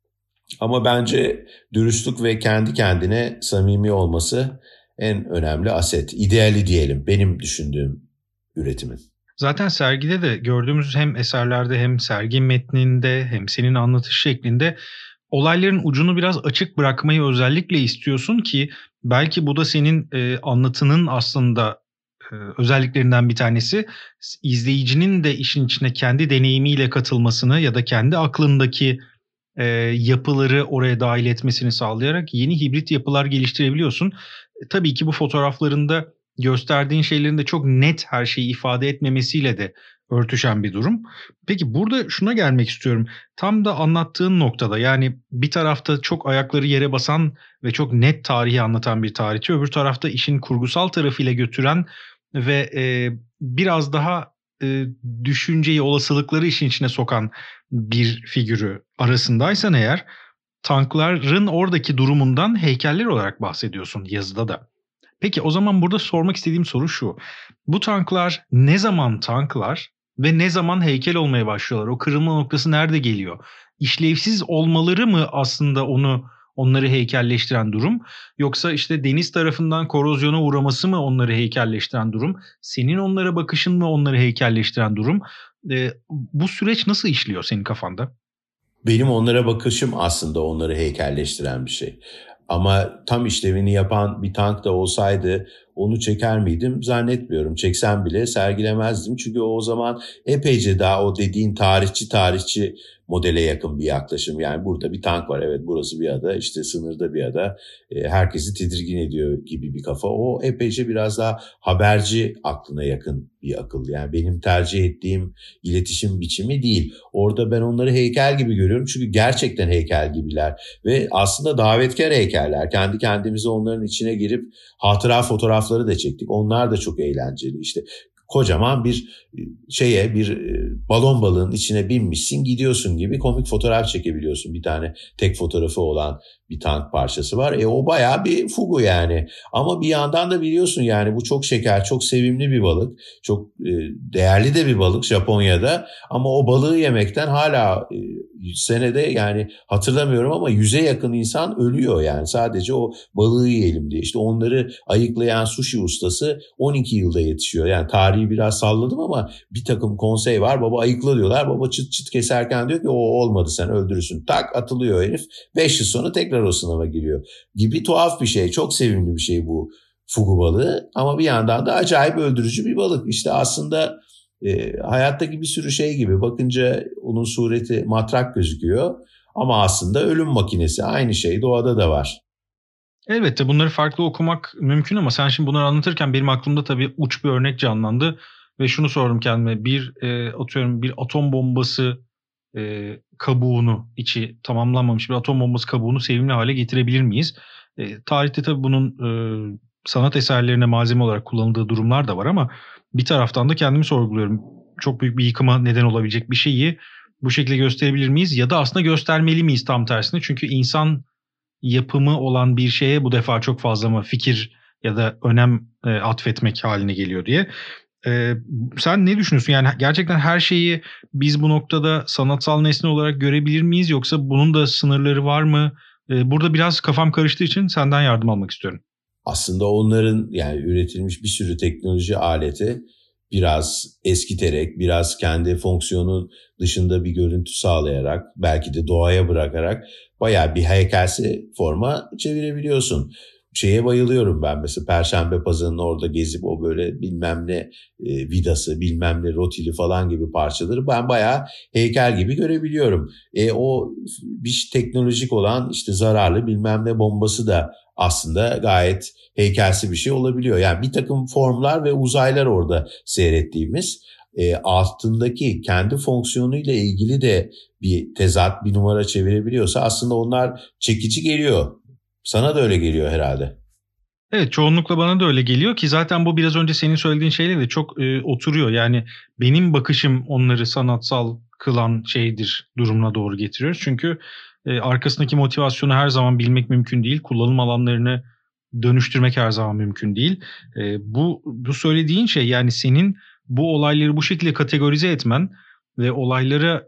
Ama bence dürüstlük ve kendi kendine samimi olması en önemli aset. İdeali diyelim benim düşündüğüm üretimin. Zaten sergide de gördüğümüz hem eserlerde hem sergi metninde hem senin anlatış şeklinde olayların ucunu biraz açık bırakmayı özellikle istiyorsun ki belki bu da senin anlatının aslında özelliklerinden bir tanesi, izleyicinin de işin içine kendi deneyimiyle katılmasını ya da kendi aklındaki yapıları oraya dahil etmesini sağlayarak yeni hibrit yapılar geliştirebiliyorsun. Tabii ki bu fotoğraflarında gösterdiğin şeylerin de çok net her şeyi ifade etmemesiyle de örtüşen bir durum. Peki burada şuna gelmek istiyorum. Tam da anlattığın noktada, yani bir tarafta çok ayakları yere basan ve çok net tarihi anlatan bir tarihçi, öbür tarafta işin kurgusal tarafıyla götüren ve biraz daha düşünceyi, olasılıkları işin içine sokan bir figürü arasındaysan eğer, tankların oradaki durumundan heykeller olarak bahsediyorsun yazıda da. Peki o zaman burada sormak istediğim soru şu. Bu tanklar ne zaman tanklar ve ne zaman heykel olmaya başlıyorlar? O kırılma noktası nerede geliyor? İşlevsiz olmaları mı aslında onları heykelleştiren durum? Yoksa işte deniz tarafından korozyona uğraması mı onları heykelleştiren durum? Senin onlara bakışın mı onları heykelleştiren durum? Bu süreç nasıl işliyor senin kafanda? Benim onlara bakışım aslında onları heykelleştiren bir şey. Ama tam işlevini yapan bir tank da olsaydı onu çeker miydim? Zannetmiyorum. Çeksem bile sergilemezdim. Çünkü o zaman epeyce daha o dediğin tarihçi modele yakın bir yaklaşım. Yani burada bir tank var. Evet, burası bir ada. İşte sınırda bir ada. Herkesi tedirgin ediyor gibi bir kafa. O epeyce biraz daha haberci aklına yakın bir akıl. Yani benim tercih ettiğim iletişim biçimi değil. Orada ben onları heykel gibi görüyorum. Çünkü gerçekten heykel gibiler. Ve aslında davetkar heykeller. Kendi kendimize onların içine girip hatıra fotoğrafları da çektik. Onlar da çok eğlenceli. İşte kocaman bir balon balığın içine binmişsin, gidiyorsun gibi komik fotoğraf çekebiliyorsun. Bir tane tek fotoğrafı olan bir tank parçası var. O bayağı bir fugu yani. Ama bir yandan da biliyorsun yani bu çok şeker, çok sevimli bir balık. Çok değerli de bir balık Japonya'da. Ama o balığı yemekten hala senede, yani hatırlamıyorum ama 100'e yakın insan ölüyor yani. Sadece o balığı yiyelim diye. İşte onları ayıklayan sushi ustası 12 yılda yetişiyor. Yani tarihi biraz salladım ama bir takım konsey var. Baba ayıkla diyorlar. Baba çıt çıt keserken diyor ki o olmadı, sen öldürürsün. Tak, atılıyor herif. 5 yıl sonra tekrar o sınava giriyor. Gibi tuhaf bir şey. Çok sevimli bir şey bu fugu balığı. Ama bir yandan da acayip öldürücü bir balık. İşte aslında hayattaki bir sürü şey gibi. Bakınca onun sureti matrak gözüküyor. Ama aslında ölüm makinesi. Aynı şey doğada da var. Elbette bunları farklı okumak mümkün ama sen şimdi bunları anlatırken benim aklımda tabii uç bir örnek canlandı. Ve şunu sordum kendime, atıyorum bir atom bombası kabuğunu, içi tamamlanmamış bir atom bombası kabuğunu sevimli hale getirebilir miyiz? Tarihte tabii bunun sanat eserlerine malzeme olarak kullanıldığı durumlar da var ama bir taraftan da kendimi sorguluyorum. Çok büyük bir yıkıma neden olabilecek bir şeyi bu şekilde gösterebilir miyiz? Ya da aslında göstermeli miyiz tam tersine? Çünkü insan yapımı olan bir şeye bu defa çok fazla mı fikir ya da önem atfetmek haline geliyor diye. Sen ne düşünüyorsun? Yani gerçekten her şeyi biz bu noktada sanatsal nesne olarak görebilir miyiz? Yoksa bunun da sınırları var mı? Burada biraz kafam karıştığı için senden yardım almak istiyorum. Aslında onların yani üretilmiş bir sürü teknoloji aleti biraz eskiterek, biraz kendi fonksiyonun dışında bir görüntü sağlayarak, belki de doğaya bırakarak bayağı bir heykelsi forma çevirebiliyorsun. Şeye bayılıyorum ben mesela Perşembe Pazarı'nın orada gezip o böyle bilmem ne vidası, bilmem ne rotili falan gibi parçaları ben bayağı heykel gibi görebiliyorum. O bir teknolojik olan işte zararlı bilmem ne bombası da aslında gayet heykelsi bir şey olabiliyor. Yani bir takım formlar ve uzaylar orada seyrettiğimiz altındaki kendi fonksiyonuyla ilgili de bir tezat, bir numara çevirebiliyorsa aslında onlar çekici geliyor. Sana da öyle geliyor herhalde. Evet, çoğunlukla bana da öyle geliyor ki zaten bu biraz önce senin söylediğin şeyle de çok oturuyor. Yani benim bakışım onları sanatsal kılan şeydir durumuna doğru getiriyoruz. Çünkü arkasındaki motivasyonu her zaman bilmek mümkün değil. Kullanım alanlarını dönüştürmek her zaman mümkün değil. Bu söylediğin şey yani senin bu olayları bu şekilde kategorize etmen ve olaylara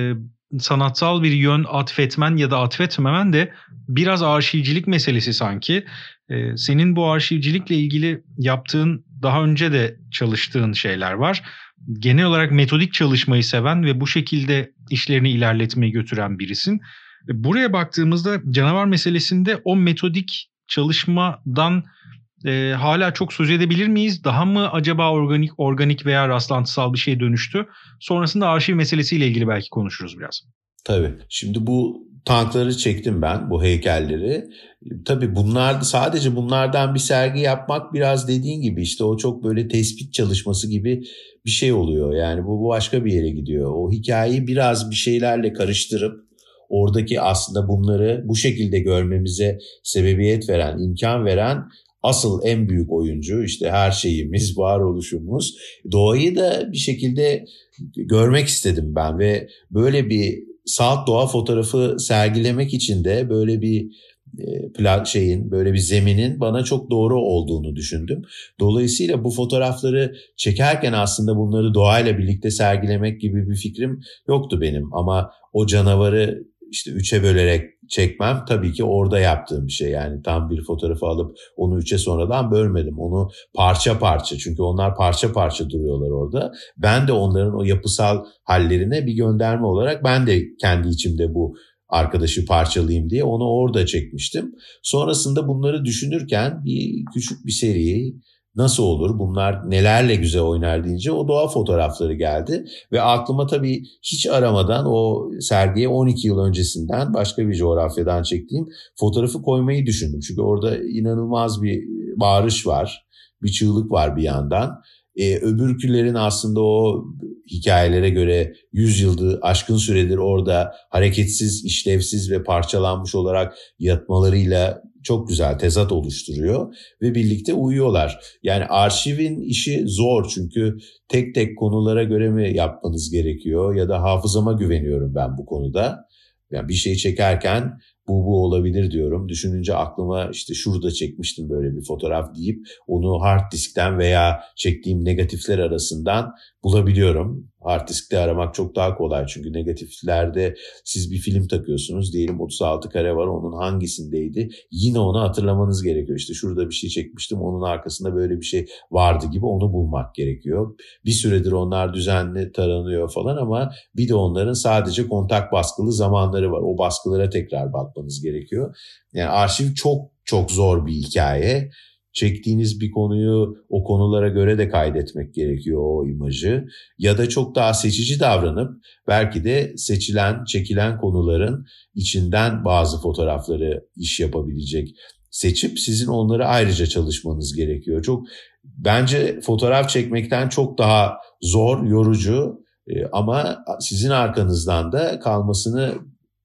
sanatsal bir yön atfetmen ya da atfetmemen de biraz arşivcilik meselesi sanki. Senin bu arşivcilikle ilgili yaptığın daha önce de çalıştığın şeyler var. Genel olarak metodik çalışmayı seven ve bu şekilde işlerini ilerletmeye götüren birisin. Buraya baktığımızda canavar meselesinde o metodik çalışmadan hala çok söz edebilir miyiz? Daha mı acaba organik veya rastlantısal bir şeye dönüştü? Sonrasında arşiv meselesiyle ilgili belki konuşuruz biraz. Tabii. Şimdi bu tankları çektim ben, bu heykelleri. Tabii bunlar sadece bunlardan bir sergi yapmak biraz dediğin gibi işte o çok böyle tespit çalışması gibi bir şey oluyor. Yani bu başka bir yere gidiyor. O hikayeyi biraz bir şeylerle karıştırıp oradaki aslında bunları bu şekilde görmemize sebebiyet veren, imkan veren asıl en büyük oyuncu işte her şeyimiz, varoluşumuz. Doğayı da bir şekilde görmek istedim ben ve böyle bir salt doğa fotoğrafı sergilemek için de böyle bir böyle bir zeminin bana çok doğru olduğunu düşündüm. Dolayısıyla bu fotoğrafları çekerken aslında bunları doğayla birlikte sergilemek gibi bir fikrim yoktu benim. Ama o canavarı işte 3'e bölerek çekmem tabii ki orada yaptığım bir şey. Yani tam bir fotoğrafı alıp onu 3'e sonradan bölmedim. Onu parça parça, çünkü onlar parça parça duruyorlar orada. Ben de onların o yapısal hallerine bir gönderme olarak ben de kendi içimde bu arkadaşı parçalayayım diye onu orada çekmiştim. Sonrasında bunları düşünürken küçük bir seri nasıl olur, bunlar nelerle güzel oynar deyince o doğa fotoğrafları geldi. Ve aklıma tabii hiç aramadan o sergiye 12 yıl öncesinden başka bir coğrafyadan çektiğim fotoğrafı koymayı düşündüm. Çünkü orada inanılmaz bir bağırış var, bir çığlık var bir yandan. Öbürkülerin aslında o hikayelere göre 100 yıldır aşkın süredir orada hareketsiz, işlevsiz ve parçalanmış olarak yatmalarıyla çok güzel tezat oluşturuyor ve birlikte uyuyorlar. Yani arşivin işi zor çünkü tek tek konulara göre mi yapmanız gerekiyor ya da hafızama güveniyorum ben bu konuda. Yani bir şey çekerken bu olabilir diyorum. Düşününce aklıma işte şurada çekmiştim böyle bir fotoğraf deyip onu hard diskten veya çektiğim negatifler arasından bulabiliyorum. Hard diskte aramak çok daha kolay çünkü negatiflerde siz bir film takıyorsunuz. Diyelim 36 kare var, onun hangisindeydi? Yine onu hatırlamanız gerekiyor. İşte şurada bir şey çekmiştim, onun arkasında böyle bir şey vardı gibi onu bulmak gerekiyor. Bir süredir onlar düzenli taranıyor falan ama bir de onların sadece kontak baskılı zamanları var. O baskılara tekrar bakmanız gerekiyor. Yani arşiv çok çok zor bir hikaye. Çektiğiniz bir konuyu o konulara göre de kaydetmek gerekiyor, o imajı. Ya da çok daha seçici davranıp belki de çekilen konuların içinden bazı fotoğrafları iş yapabilecek seçip sizin onları ayrıca çalışmanız gerekiyor. Bence fotoğraf çekmekten çok daha zor, yorucu ama sizin arkanızdan da kalmasını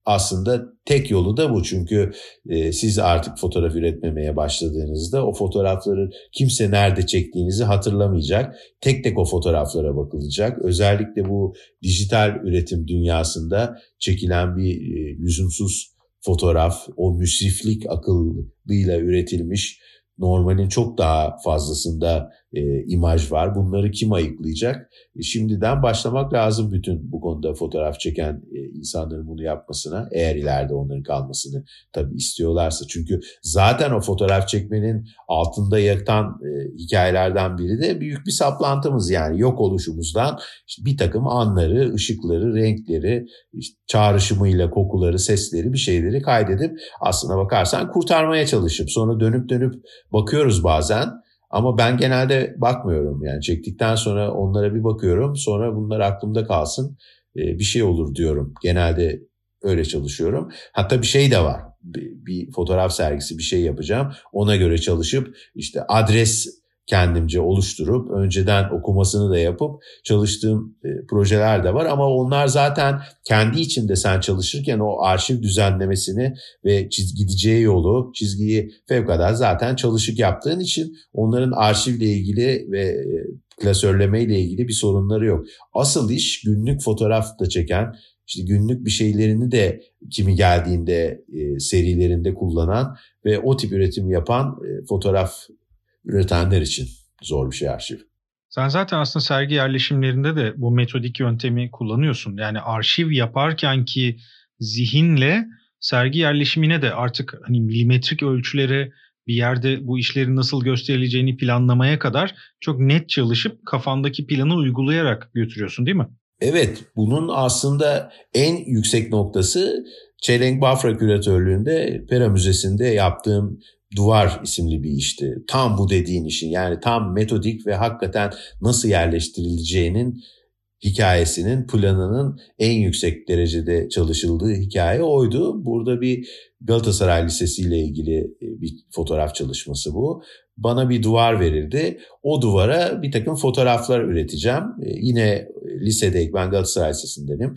aslında tek yolu da bu. Çünkü siz artık fotoğraf üretmemeye başladığınızda o fotoğrafları kimse nerede çektiğinizi hatırlamayacak. Tek tek o fotoğraflara bakılacak. Özellikle bu dijital üretim dünyasında çekilen bir lüzumsuz fotoğraf, o müsriflik akıllıyla üretilmiş normalin çok daha fazlasında imaj var. Bunları kim ayıklayacak? Şimdiden başlamak lazım bütün bu konuda fotoğraf çeken insanların bunu yapmasına. Eğer ileride onların kalmasını tabii istiyorlarsa. Çünkü zaten o fotoğraf çekmenin altında yatan hikayelerden biri de büyük bir saplantımız. Yani yok oluşumuzdan işte bir takım anları, ışıkları, renkleri, işte çağrışımıyla kokuları, sesleri, bir şeyleri kaydedip aslına bakarsan kurtarmaya çalışıp sonra dönüp bakıyoruz bazen. Ama ben genelde bakmıyorum, yani çektikten sonra onlara bir bakıyorum, sonra bunlar aklımda kalsın, bir şey olur diyorum. Genelde öyle çalışıyorum. Hatta bir şey de var, bir fotoğraf sergisi bir şey yapacağım, ona göre çalışıp işte adres kendimce oluşturup önceden okumasını da yapıp çalıştığım projeler de var. Ama onlar zaten kendi içinde sen çalışırken o arşiv düzenlemesini ve gideceği yolu, çizgiyi fevkalade zaten çalışık yaptığın için onların arşivle ilgili ve klasörlemeyle ilgili bir sorunları yok. Asıl iş günlük fotoğraf da çeken, işte günlük bir şeylerini de kimi geldiğinde serilerinde kullanan ve o tip üretim yapan fotoğraf üretenler için zor bir şey arşiv. Sen zaten aslında sergi yerleşimlerinde de bu metodik yöntemi kullanıyorsun. Yani arşiv yaparken ki zihinle sergi yerleşimine de artık hani milimetrik ölçülere, bir yerde bu işlerin nasıl gösterileceğini planlamaya kadar çok net çalışıp kafandaki planı uygulayarak götürüyorsun, değil mi? Evet, bunun aslında en yüksek noktası Çelenk Bafra küratörlüğünde Pera Müzesi'nde yaptığım Duvar isimli bir işti. Tam bu dediğin işin, yani tam metodik ve hakikaten nasıl yerleştirileceğinin hikayesinin, planının en yüksek derecede çalışıldığı hikaye oydu. Burada bir Galatasaray Lisesi ile ilgili bir fotoğraf çalışması bu. Bana bir duvar verildi. O duvara bir takım fotoğraflar üreteceğim. Yine lisedeyim, ben Galatasaray Lisesi'ndenim.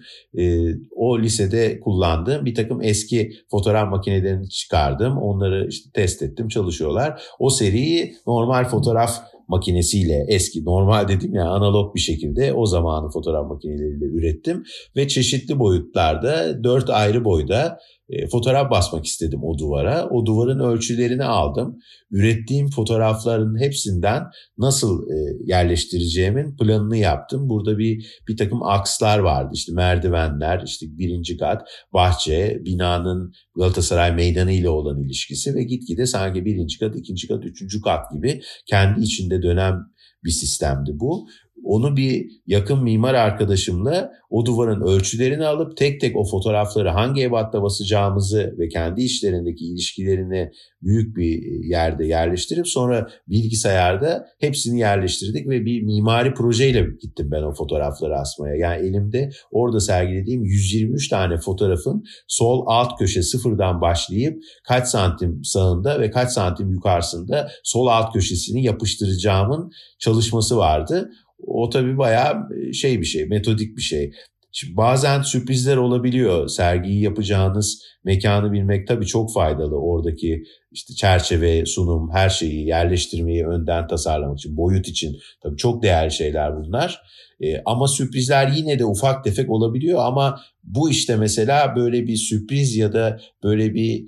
O lisede kullandığım bir takım eski fotoğraf makinelerini çıkardım. Onları işte test ettim, çalışıyorlar. O seriyi normal fotoğraf makinesiyle, eski normal dediğim yani analog bir şekilde o zamanın fotoğraf makineleriyle ürettim. Ve çeşitli boyutlarda, 4 ayrı boyda fotoğraf basmak istedim o duvara. O duvarın ölçülerini aldım. Ürettiğim fotoğrafların hepsinden nasıl yerleştireceğimin planını yaptım. Burada bir takım akslar vardı. İşte merdivenler, işte birinci kat, bahçe, binanın Galatasaray Meydanı ile olan ilişkisi ve gitgide sanki birinci kat, ikinci kat, üçüncü kat gibi kendi içinde dönen bir sistemdi bu. Onu bir yakın mimar arkadaşımla o duvarın ölçülerini alıp tek tek o fotoğrafları hangi ebatta basacağımızı ve kendi işlerindeki ilişkilerini büyük bir yerde yerleştirip sonra bilgisayarda hepsini yerleştirdik ve bir mimari projeyle gittim ben o fotoğrafları asmaya. Yani elimde orada sergilediğim 123 tane fotoğrafın sol alt köşe sıfırdan başlayıp kaç santim sağında ve kaç santim yukarısında sol alt köşesini yapıştıracağımın çalışması vardı. O tabii bayağı bir şey, metodik bir şey. Şimdi bazen sürprizler olabiliyor. Sergiyi yapacağınız mekanı bilmek tabii çok faydalı. Oradaki işte çerçeve, sunum, her şeyi yerleştirmeyi önden tasarlamak için, boyut için tabii çok değerli şeyler bunlar. Ama sürprizler yine de ufak tefek olabiliyor. Ama bu işte mesela böyle bir sürpriz ya da böyle bir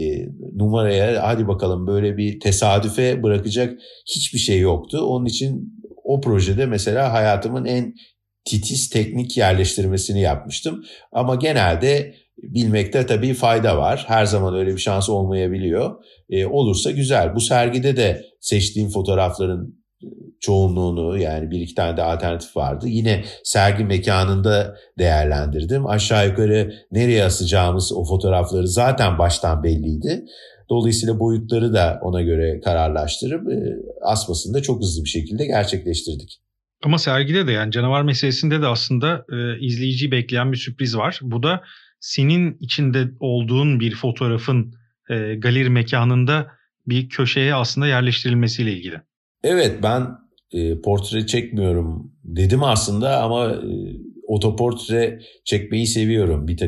numaraya, hadi bakalım böyle bir tesadüfe bırakacak hiçbir şey yoktu. Onun için o projede mesela hayatımın en titiz teknik yerleştirmesini yapmıştım. Ama genelde bilmekte tabii fayda var. Her zaman öyle bir şans olmayabiliyor. Olursa güzel. Bu sergide de seçtiğim fotoğrafların çoğunluğunu, yani bir iki tane de alternatif vardı, yine sergi mekanında değerlendirdim. Aşağı yukarı nereye asacağımız o fotoğrafları zaten baştan belliydi. Dolayısıyla boyutları da ona göre kararlaştırıp asmasını da çok hızlı bir şekilde gerçekleştirdik. Ama sergide de, yani canavar meselesinde de aslında izleyiciyi bekleyen bir sürpriz var. Bu da senin içinde olduğun bir fotoğrafın galeri mekanında bir köşeye aslında yerleştirilmesiyle ilgili. Evet, ben portre çekmiyorum dedim aslında ama otoportre çekmeyi seviyorum. Bir takım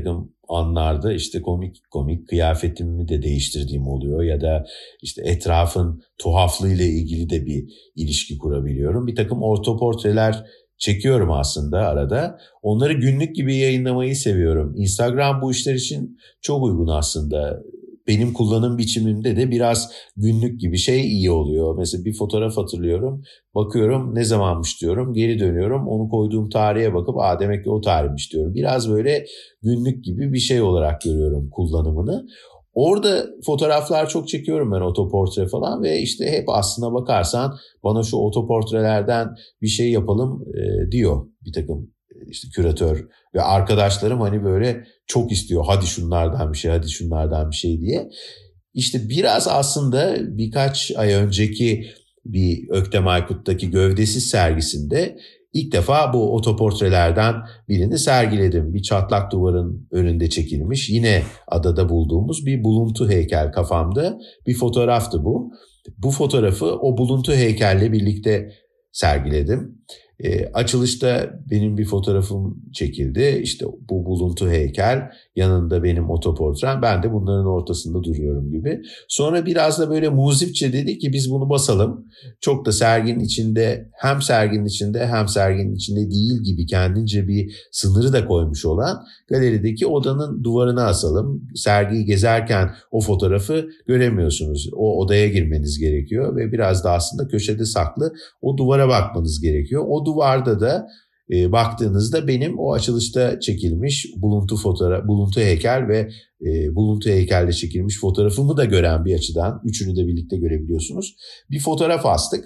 anlarda işte komik kıyafetimi de değiştirdiğim oluyor ya da işte etrafın tuhaflığıyla ilgili de bir ilişki kurabiliyorum. Bir takım ortoportreler çekiyorum aslında arada. Onları günlük gibi yayınlamayı seviyorum. Instagram bu işler için çok uygun aslında. Benim kullanım biçimimde de biraz günlük gibi şey iyi oluyor. Mesela bir fotoğraf hatırlıyorum, bakıyorum ne zamanmış diyorum, geri dönüyorum. Onu koyduğum tarihe bakıp demek ki o tarihmiş diyorum. Biraz böyle günlük gibi bir şey olarak görüyorum kullanımını. Orada fotoğraflar çok çekiyorum ben, otoportre falan ve işte hep aslına bakarsan bana şu otoportrelerden bir şey yapalım diyor bir takım işte küratör ve arkadaşlarım, hani böyle çok istiyor hadi şunlardan bir şey, hadi şunlardan bir şey diye. İşte biraz aslında birkaç ay önceki bir Öktem Aykut'taki Gövdesiz sergisinde İlk defa bu otoportrelerden birini sergiledim. Bir çatlak duvarın önünde çekilmiş, yine adada bulduğumuz bir buluntu heykel kafamda bir fotoğraftı bu. Bu fotoğrafı o buluntu heykelle birlikte sergiledim. Açılışta benim bir fotoğrafım çekildi. İşte bu buluntu heykel, yanında benim otoportrem, ben de bunların ortasında duruyorum gibi. Sonra biraz da böyle muzipçe dedik ki biz bunu basalım. Çok da serginin içinde, hem serginin içinde hem serginin içinde değil gibi kendince bir sınırı da koymuş olan galerideki odanın duvarına asalım. Sergiyi gezerken o fotoğrafı göremiyorsunuz. O odaya girmeniz gerekiyor ve biraz da aslında köşede saklı o duvara bakmanız gerekiyor. O duvarda da baktığınızda benim o açılışta çekilmiş buluntu heykel ve buluntu heykelde çekilmiş fotoğrafımı da gören bir açıdan, üçünü de birlikte görebiliyorsunuz, bir fotoğraf astık.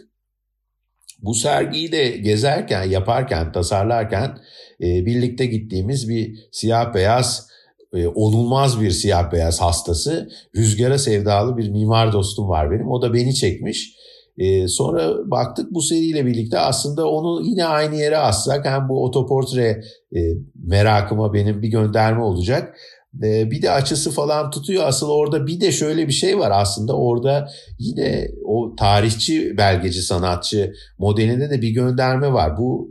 Bu sergiyi de gezerken, yaparken, tasarlarken birlikte gittiğimiz bir siyah beyaz, olunmaz bir siyah beyaz hastası, rüzgara sevdalı bir mimar dostum var benim. O da beni çekmiş. Sonra baktık bu seriyle birlikte aslında onu yine aynı yere assak, hem bu otoportre merakıma benim bir gönderme olacak. Bir de açısı falan tutuyor. Asıl orada bir de şöyle bir şey var aslında, orada yine o tarihçi, belgeci, sanatçı modelinde de bir gönderme var. Bu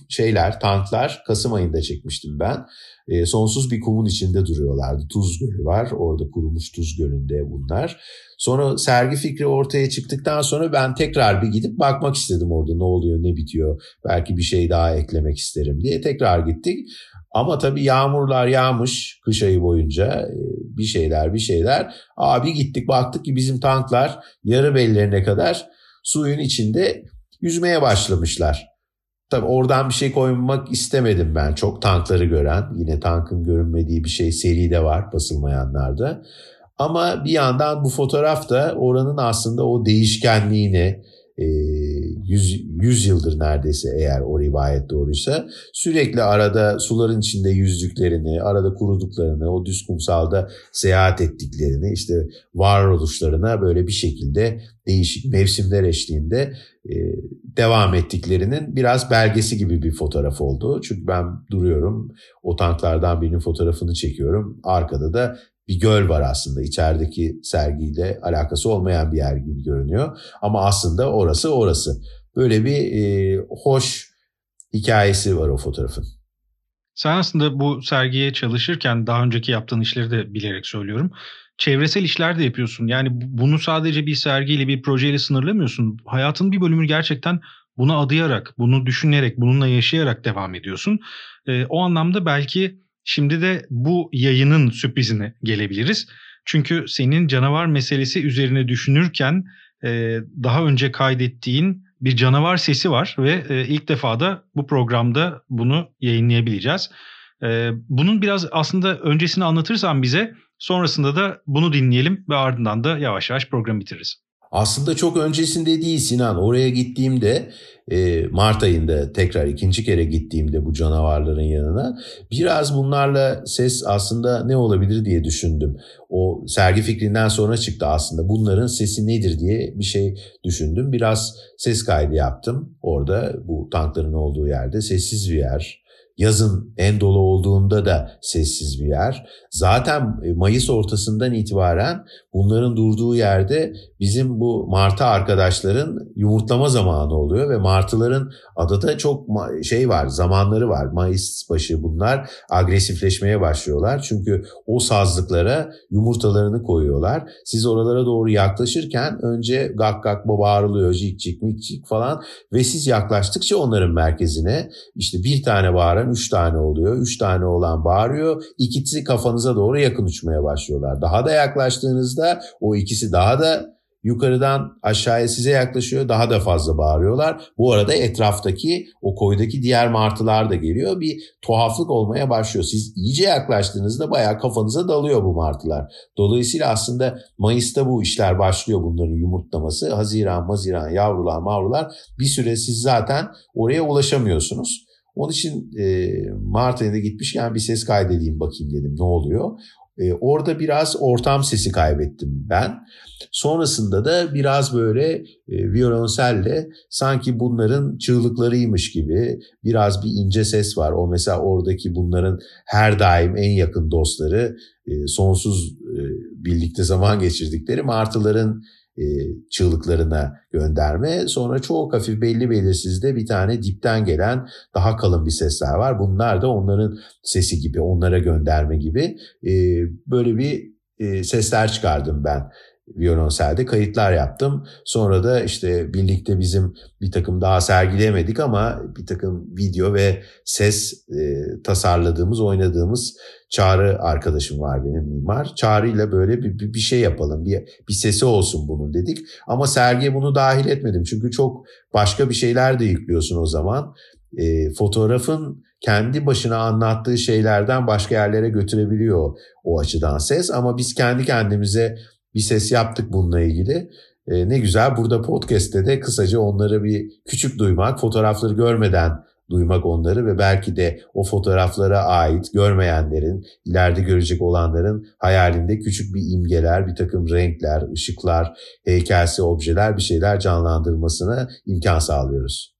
tanklar Kasım ayında çekmiştim ben. Sonsuz bir kumun içinde duruyorlardı. Tuz Gölü var. Orada kurumuş Tuz Gölü'nde bunlar. Sonra sergi fikri ortaya çıktıktan sonra ben tekrar bir gidip bakmak istedim orada ne oluyor, ne bitiyor. Belki bir şey daha eklemek isterim diye tekrar gittik. Ama tabii yağmurlar yağmış kış ayı boyunca, bir şeyler. Abi gittik baktık ki bizim tanklar yarı bellerine kadar suyun içinde yüzmeye başlamışlar. Tabii oradan bir şey koymak istemedim ben. Çok tankları gören, yine tankın görünmediği bir şey seride var, basılmayanlarda. Ama bir yandan bu fotoğraf da oranın aslında o değişkenliğini, 100 yıldır neredeyse, eğer o rivayet doğruysa, sürekli arada suların içinde yüzdüklerini, arada kuruduklarını, o düz kumsalda seyahat ettiklerini, işte varoluşlarına böyle bir şekilde değişik mevsimler eşliğinde devam ettiklerinin biraz belgesi gibi bir fotoğraf oldu. Çünkü ben duruyorum, o tanklardan birinin fotoğrafını çekiyorum. Arkada da bir göl var aslında. İçerideki sergiyle alakası olmayan bir yer gibi görünüyor. Ama aslında orası. Böyle bir hoş hikayesi var o fotoğrafın. Sen aslında bu sergiye çalışırken, daha önceki yaptığın işleri de bilerek söylüyorum, çevresel işler de yapıyorsun. Yani bunu sadece bir sergiyle, bir projeyle sınırlamıyorsun. Hayatın bir bölümünü gerçekten buna adayarak, bunu düşünerek, bununla yaşayarak devam ediyorsun. O anlamda belki şimdi de bu yayının sürprizine gelebiliriz. Çünkü senin canavar meselesi üzerine düşünürken daha önce kaydettiğin bir canavar sesi var ve ilk defa da bu programda bunu yayınlayabileceğiz. Bunun biraz aslında öncesini anlatırsan bize, sonrasında da bunu dinleyelim ve ardından da yavaş yavaş programı bitiririz. Aslında çok öncesinde değil Sinan. Oraya gittiğimde, Mart ayında tekrar ikinci kere gittiğimde bu canavarların yanına, biraz bunlarla ses aslında ne olabilir diye düşündüm. O sergi fikrinden sonra çıktı aslında. Bunların sesi nedir diye bir şey düşündüm. Biraz ses kaydı yaptım. Orada bu tankların olduğu yerde, sessiz bir yer. Yazın en dolu olduğunda da sessiz bir yer. Zaten Mayıs ortasından itibaren bunların durduğu yerde bizim bu martı arkadaşların yumurtlama zamanı oluyor ve martıların adada çok zamanları var. Mayıs başı bunlar agresifleşmeye başlıyorlar. Çünkü o sazlıklara yumurtalarını koyuyorlar. Siz oralara doğru yaklaşırken önce gak gak bağırılıyor, cik cik mik cik falan ve siz yaklaştıkça onların merkezine işte bir tane bağıran 3 tane oluyor. 3 tane olan bağırıyor. İkisi kafanıza doğru yakın uçmaya başlıyorlar. Daha da yaklaştığınızda o ikisi daha da yukarıdan aşağıya size yaklaşıyor. Daha da fazla bağırıyorlar. Bu arada etraftaki o koydaki diğer martılar da geliyor. Bir tuhaflık olmaya başlıyor. Siz iyice yaklaştığınızda bayağı kafanıza dalıyor bu martılar. Dolayısıyla aslında Mayıs'ta bu işler başlıyor, bunların yumurtlaması. Haziran, yavrular, mavrular, bir süre siz zaten oraya ulaşamıyorsunuz. Onun için Mart ayında gitmişken bir ses kaydedeyim bakayım dedim, ne oluyor. Orada biraz ortam sesi kaybettim ben. Sonrasında da biraz böyle violonselle sanki bunların çığlıklarıymış gibi biraz bir ince ses var. O mesela oradaki bunların her daim en yakın dostları, sonsuz birlikte zaman geçirdikleri martıların çığlıklarına gönderme. Sonra çok hafif belli belirsiz de bir tane dipten gelen daha kalın bir sesler var. Bunlar da onların sesi gibi, onlara gönderme gibi böyle bir sesler çıkardım ben. Violonselde kayıtlar yaptım. Sonra da işte birlikte bizim bir takım daha sergilemedik ama bir takım video ve ses tasarladığımız, oynadığımız Çağrı arkadaşım var benim, mimar. Çağrı'yla böyle bir şey yapalım, bir sesi olsun bunun dedik. Ama sergiye bunu dahil etmedim çünkü çok başka bir şeyler de yüklüyorsun o zaman. Fotoğrafın kendi başına anlattığı şeylerden başka yerlere götürebiliyor o açıdan ses. Ama biz kendi kendimize bir ses yaptık bununla ilgili. Ne güzel, burada podcast'te de kısaca onları bir küçük duymak, fotoğrafları görmeden duymak onları ve belki de o fotoğraflara ait görmeyenlerin, ileride görecek olanların hayalinde küçük bir imgeler, bir takım renkler, ışıklar, heykelsi objeler, bir şeyler canlandırmasına imkan sağlıyoruz.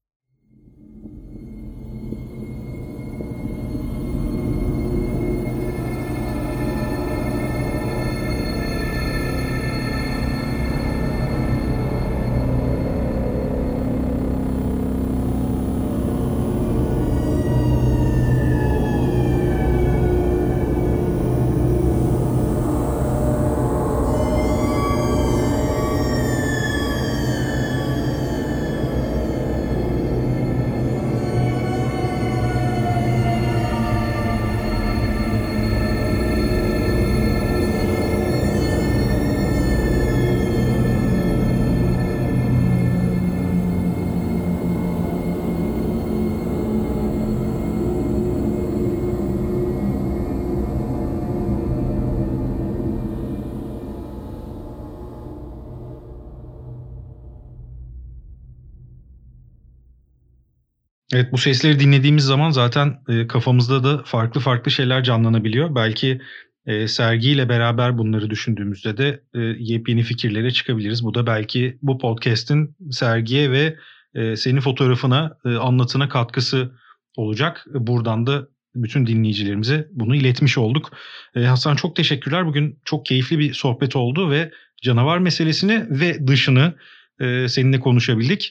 Evet, bu sesleri dinlediğimiz zaman zaten kafamızda da farklı şeyler canlanabiliyor. Belki sergiyle beraber bunları düşündüğümüzde de yepyeni fikirlere çıkabiliriz. Bu da belki bu podcast'in sergiye ve senin fotoğrafına, anlatına katkısı olacak. Buradan da bütün dinleyicilerimize bunu iletmiş olduk. Hasan, çok teşekkürler. Bugün çok keyifli bir sohbet oldu ve canavar meselesini ve dışını seninle konuşabildik.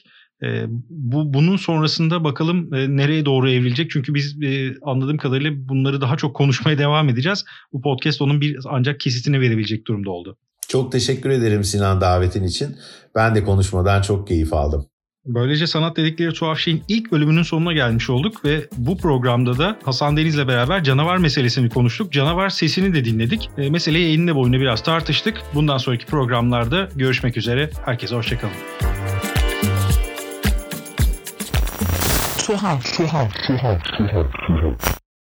Bunun sonrasında bakalım nereye doğru evrilecek. Çünkü biz anladığım kadarıyla bunları daha çok konuşmaya devam edeceğiz. Bu podcast onun ancak kesitini verebilecek durumda oldu. Çok teşekkür ederim Sinan, davetin için. Ben de konuşmadan çok keyif aldım. Böylece Sanat Dedikleri Tuhaf Şey'in ilk bölümünün sonuna gelmiş olduk ve bu programda da Hasan Deniz'le beraber canavar meselesini konuştuk. Canavar sesini de dinledik. Meseleyi enine boyuna biraz tartıştık. Bundan sonraki programlarda görüşmek üzere. Herkese hoşçakalın. Tuhaf.